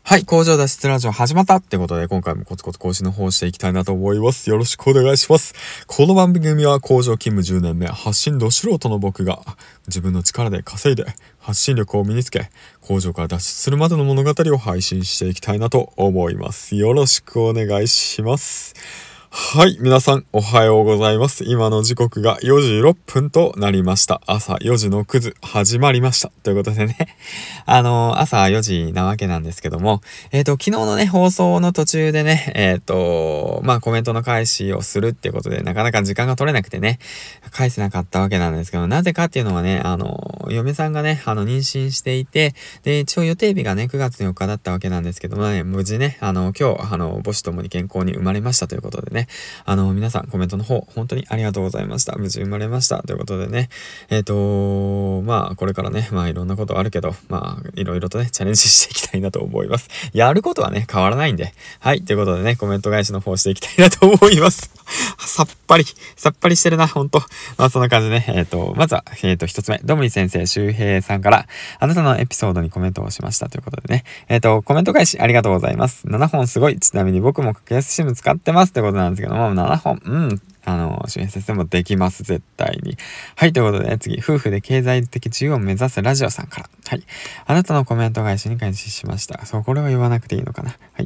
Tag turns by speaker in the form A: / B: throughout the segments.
A: はい、工場脱出ラジオ始まったってことで、今回もコツコツ更新の方をしていきたいなと思います。よろしくお願いします。この番組は工場勤務10年目、発信ど素人の僕が自分の力で稼いで発信力を身につけ、工場から脱出するまでの物語を配信していきたいなと思います。よろしくお願いします。はい、皆さんおはようございます。今の時刻が4時6分となりました。朝4時のクズ始まりました。ということでね、朝4時なわけなんですけども、昨日のね、放送の途中でね、コメントの返しをするっていうことで、なかなか時間が取れなくてね、返せなかったわけなんですけど、なぜかっていうのはね、嫁さんがね、妊娠していて、で、一応予定日がね、9月4日だったわけなんですけどもね、無事ね、今日、母子ともに健康に生まれましたということでね、皆さんコメントの方、本当にありがとうございました。無事生まれました。ということでね、これからね、いろんなことあるけど、いろいろとね、チャレンジしていきたいなと思います。やることはね、変わらないんで。はい、ということでね、コメント返しの方していきたいなと思います。さっぱりしてるな、ほんと。そんな感じでね、まずは、一つ目、どむり先生、周平さんから、あなたのエピソードにコメントをしましたということでね、コメント返しありがとうございます。7本すごい。ちなみに僕も格安シム使ってますってことなんですけども、7本、周平先生もできます、絶対に。はい、ということで、ね、次、夫婦で経済的自由を目指すラジオさんから。はい。あなたのコメント返しに開始しました。そう、これは言わなくていいのかな。はい。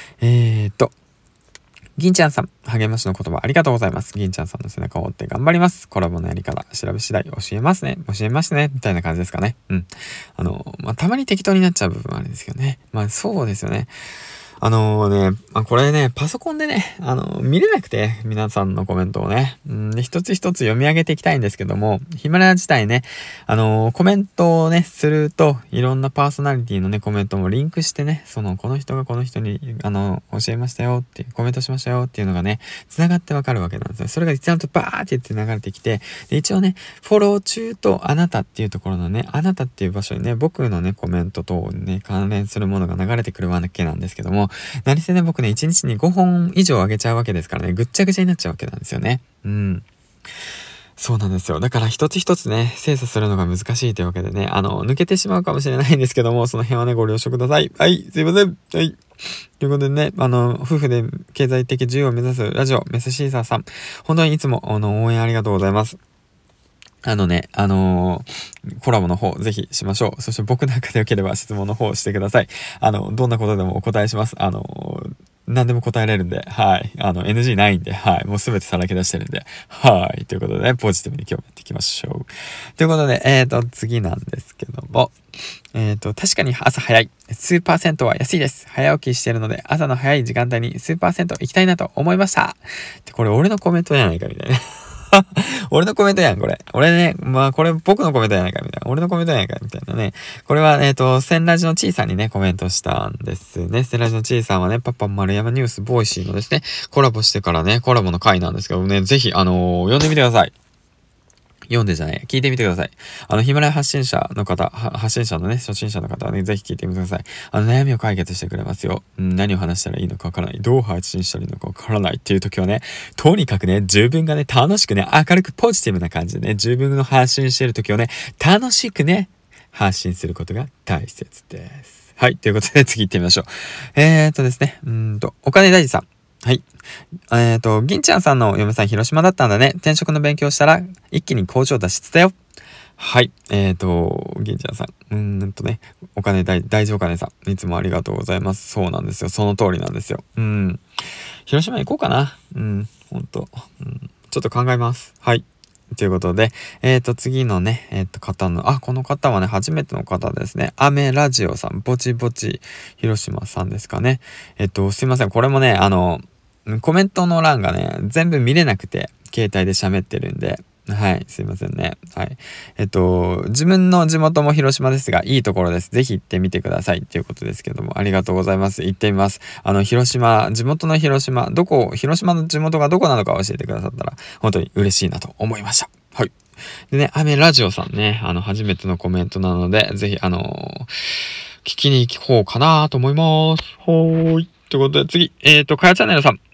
A: 銀ちゃんさん、励ましの言葉ありがとうございます。銀ちゃんさんの背中を追って頑張ります。コラボのやり方、調べ次第教えますね。教えましてね。みたいな感じですかね。たまに適当になっちゃう部分はあるんですけどね。そうですよね。これね、パソコンでね、見れなくて、皆さんのコメントをね、で、一つ一つ読み上げていきたいんですけども、ヒマラヤ自体ね、コメントをね、すると、いろんなパーソナリティのね、コメントもリンクしてね、この人がこの人に、教えましたよっていう、コメントしましたよっていうのがね、繋がってわかるわけなんですよ。それがちゃんとバーって言って流れてきて、で、一応ね、フォロー中とあなたっていうところのね、あなたっていう場所にね、僕のね、コメント等にね、関連するものが流れてくるわけなんですけども、何せね、僕ね、1日に5本以上上げちゃうわけですからね、ぐっちゃぐちゃになっちゃうわけなんですよね。そうなんですよ。だから一つ一つね、精査するのが難しいというわけでね、抜けてしまうかもしれないんですけども、その辺はね、ご了承ください。はい、すいません。はい。ということでね、夫婦で経済的自由を目指すラジオ、メスシーサーさん、本当にいつも、応援ありがとうございます。コラボの方、ぜひしましょう。そして僕なんかでよければ質問の方をしてください。どんなことでもお答えします。何でも答えれるんで、はい。NG ないんで、はい。もうすべてさらけ出してるんで、はい。ということでね、ポジティブに今日もやっていきましょう。ということで、次なんですけども、確かに朝早い。数パーセントは安いです。早起きしてるので、朝の早い時間帯に数パーセント行きたいなと思いました。で、これ俺のコメントじゃないかみたいな。俺のコメントやん、これ。俺ね、これ僕のコメントやないか、みたいな。俺のコメントやないか、みたいなね。これは、センラジのちいさんにね、コメントしたんですね。センラジのちいさんはね、パパ丸山ニュースボイシーのですね、コラボしてからね、コラボの回なんですけどね、ぜひ、読んでみてください。読んでじゃない。聞いてみてください。ヒマラヤ発信者の方、発信者のね、初心者の方はね、ぜひ聞いてみてください。悩みを解決してくれますよ。何を話したらいいのかわからない。どう発信したらいいのかわからないっていう時はね、とにかくね、自分がね、楽しくね、明るくポジティブな感じでね、自分の発信してる時をね、楽しくね、発信することが大切です。はい。ということで、次行ってみましょう。ですね、お金大事さん。はい。銀ちゃんさんの嫁さん広島だったんだね。転職の勉強したら一気に工場脱出だよ。はい。銀ちゃんさん。お金大事お金さん。いつもありがとうございます。そうなんですよ。その通りなんですよ。広島行こうかな。ほんと。ちょっと考えます。はい。ということで、次のね、方の、この方はね、初めての方ですね。アメラジオさん、ぼちぼち、広島さんですかね。すいません。これもね、コメントの欄がね、全部見れなくて、携帯で喋ってるんで、はい、すいませんね。はい。自分の地元も広島ですが、いいところです。ぜひ行ってみてください。ということですけども、ありがとうございます。行ってみます。広島、地元の広島、広島の地元がどこなのか教えてくださったら、本当に嬉しいなと思いました。はい。でね、アメラジオさんね、初めてのコメントなので、ぜひ、聞きに行こうかなと思います。ほーい。ということで、次、かやチャンネルさん。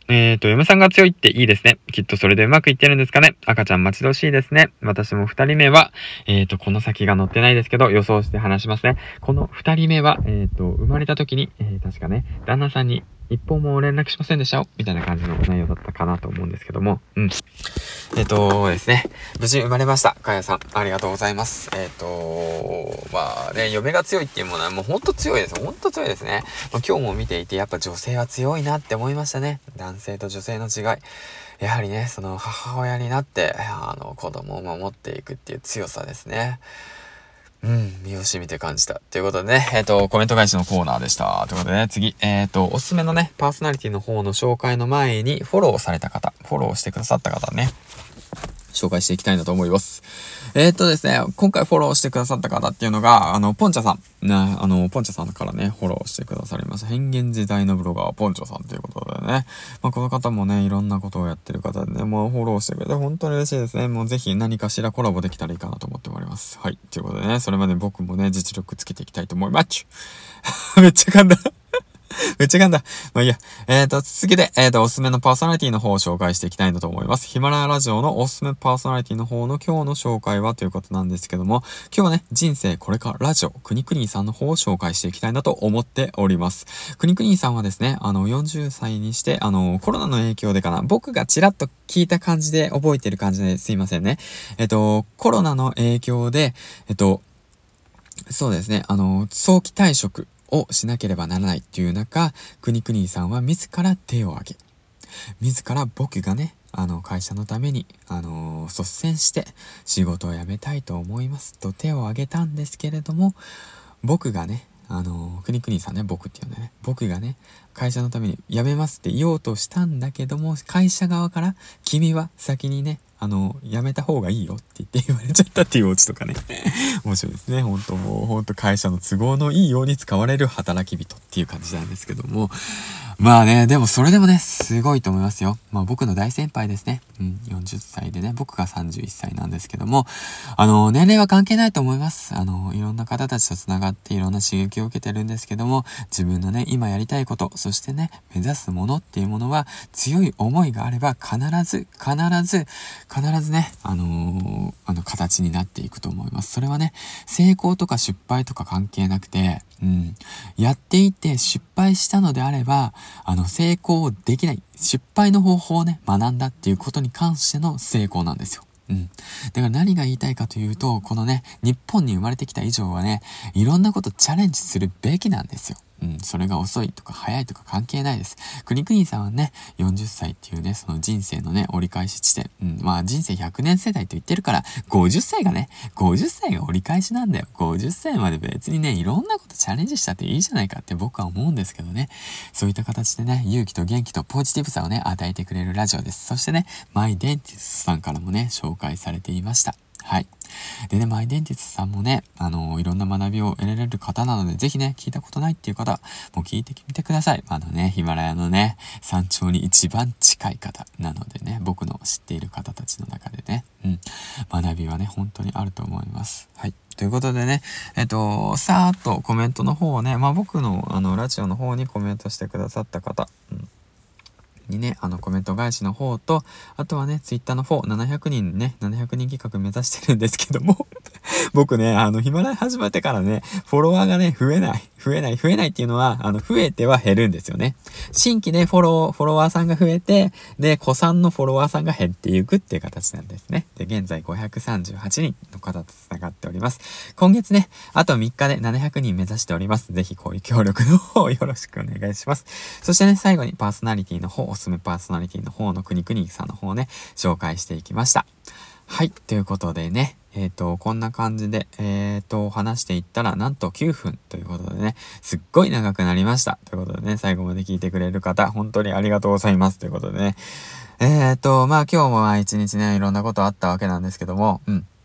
A: 嫁さんが強いっていいですね。きっとそれでうまくいってるんですかね。赤ちゃん待ち遠しいですね。私も二人目は、この先が載ってないですけど、予想して話しますね。この二人目は、生まれた時に、確かね、旦那さんに一本も連絡しませんでしたよ。みたいな感じの内容だったかなと思うんですけども。ですね。無事生まれました。かやさん、ありがとうございます。まあね、嫁が強いっていうものはもうほんと強いです。ほんと強いですね。今日も見ていて、やっぱ女性は強いなって思いましたね。男性と女性の違い。やはりね、その母親になって、子供を守っていくっていう強さですね。身を染みて感じた。ということでね、コメント返しのコーナーでした。ということでね、次、おすすめのね、パーソナリティの方の紹介の前に、フォローされた方、フォローしてくださった方ね、紹介していきたいなと思います。ですね、今回フォローしてくださった方っていうのが、ポンチャさん。ポンチャさんからね、フォローしてくださりました。変幻自在のブロガー、ポンチャさんということでね。この方もね、いろんなことをやってる方でね、もうフォローしてくれて本当に嬉しいですね。もうぜひ何かしらコラボできたらいいかなと思っております。はい。ということでね、それまで僕もね、実力つけていきたいと思います。めっちゃ噛んだ。めっちゃ噛んだ。まあいいや。続けて、おすすめのパーソナリティの方を紹介していきたいなと思います。ヒマラヤラジオのおすすめパーソナリティの方の今日の紹介はということなんですけども、今日はね、人生これからラジオ、くにくにさんの方を紹介していきたいなと思っております。くにくにさんはですね、40歳にして、コロナの影響でかな、僕がちらっと聞いた感じで覚えてる感じですいませんね。コロナの影響で、そうですね、早期退職をしなければならないっていう中、くにくにさんは自ら手を挙げ、自ら僕がね、会社のために、率先して仕事を辞めたいと思いますと手を挙げたんですけれども、僕がね、くにくにさんね、僕って呼んでね、僕がね、会社のために辞めますって言おうとしたんだけども、会社側から、君は先にね、辞めた方がいいよって言われちゃったっていうオチとかね。面白いですね。本当もう、本当会社の都合のいいように使われる働き人っていう感じなんですけども。まあね、でもそれでもね、すごいと思いますよ。まあ僕の大先輩ですね。40歳でね、僕が31歳なんですけども、年齢は関係ないと思います。いろんな方たちと繋がっていろんな刺激を受けてるんですけども、自分のね、今やりたいこと、そしてね、目指すものっていうものは、強い思いがあれば、必ずね、形になっていくと思います。それはね、成功とか失敗とか関係なくて、やっていて失敗したのであれば、成功できない、失敗の方法をね、学んだっていうことに関しての成功なんですよ。だから何が言いたいかというと、このね、日本に生まれてきた以上はね、いろんなことチャレンジするべきなんですよ。それが遅いとか早いとか関係ないです。くにくにさんはね、40歳っていうね、その人生のね、折り返し地点。まあ人生100年世代と言ってるから、50歳が折り返しなんだよ。50歳まで別にね、いろんなことチャレンジしたっていいじゃないかって僕は思うんですけどね。そういった形でね、勇気と元気とポジティブさをね、与えてくれるラジオです。そしてね、マイデンティスさんからもね、紹介されていました。はい。でね、マイデンティスさんもね、いろんな学びを得られる方なので、ぜひね、聞いたことないっていう方、もう聞いてみてください。ヒマラヤのね、山頂に一番近い方なのでね、僕の知っている方たちの中でね、学びはね、本当にあると思います。はい。ということでね、さーっとコメントの方をね、僕のラジオの方にコメントしてくださった方、にね、コメント返しの方と、あとはね、ツイッターの方、700人企画目指してるんですけども、僕ね、ヒマラヤ始まってからね、フォロワーがね、増えないっていうのは、増えては減るんですよね。新規でフォロワーさんが増えて、で、古参のフォロワーさんが減っていくっていう形なんですね。で、現在538人の方と繋がっております。今月ね、あと3日で700人目指しております。ぜひこういう協力の方よろしくお願いします。そしてね、最後にパーソナリティの方、おすすめパーソナリティの方のくにくにさんの方ね、紹介していきました。はい、ということでね、こんな感じで、話していったら、なんと9分ということでね、すっごい長くなりました。ということでね、最後まで聞いてくれる方、本当にありがとうございます。ということでね、今日も一日ね、いろんなことあったわけなんですけども、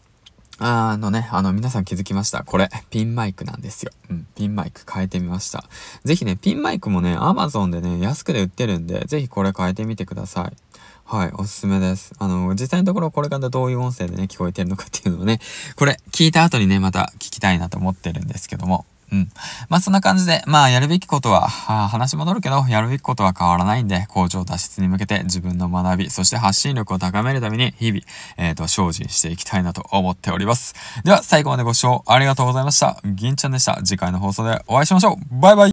A: 皆さん気づきました。これ、ピンマイクなんですよ。ピンマイク変えてみました。ぜひね、ピンマイクもね、Amazon でね、安くで売ってるんで、ぜひこれ変えてみてください。はい、おすすめです。実際のところこれからどういう音声でね、聞こえてるのかっていうのをね、これ聞いた後にね、また聞きたいなと思ってるんですけども、 まあそんな感じで、まあやるべきことは、話戻るけど、やるべきことは変わらないんで、工場脱出に向けて自分の学び、そして発信力を高めるために、日々、精進していきたいなと思っております。では、最後までご視聴ありがとうございました。銀ちゃんでした。次回の放送でお会いしましょう。バイバイ。